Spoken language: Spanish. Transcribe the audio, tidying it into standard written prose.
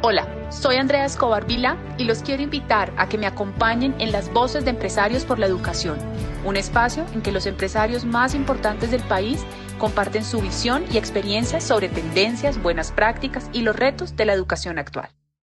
Hola, soy Andrea Escobar Vila y los quiero invitar a que me acompañen en Las Voces de Empresarios por la Educación, un espacio en que los empresarios más importantes del país comparten su visión y experiencias sobre tendencias, buenas prácticas y los retos de la educación actual.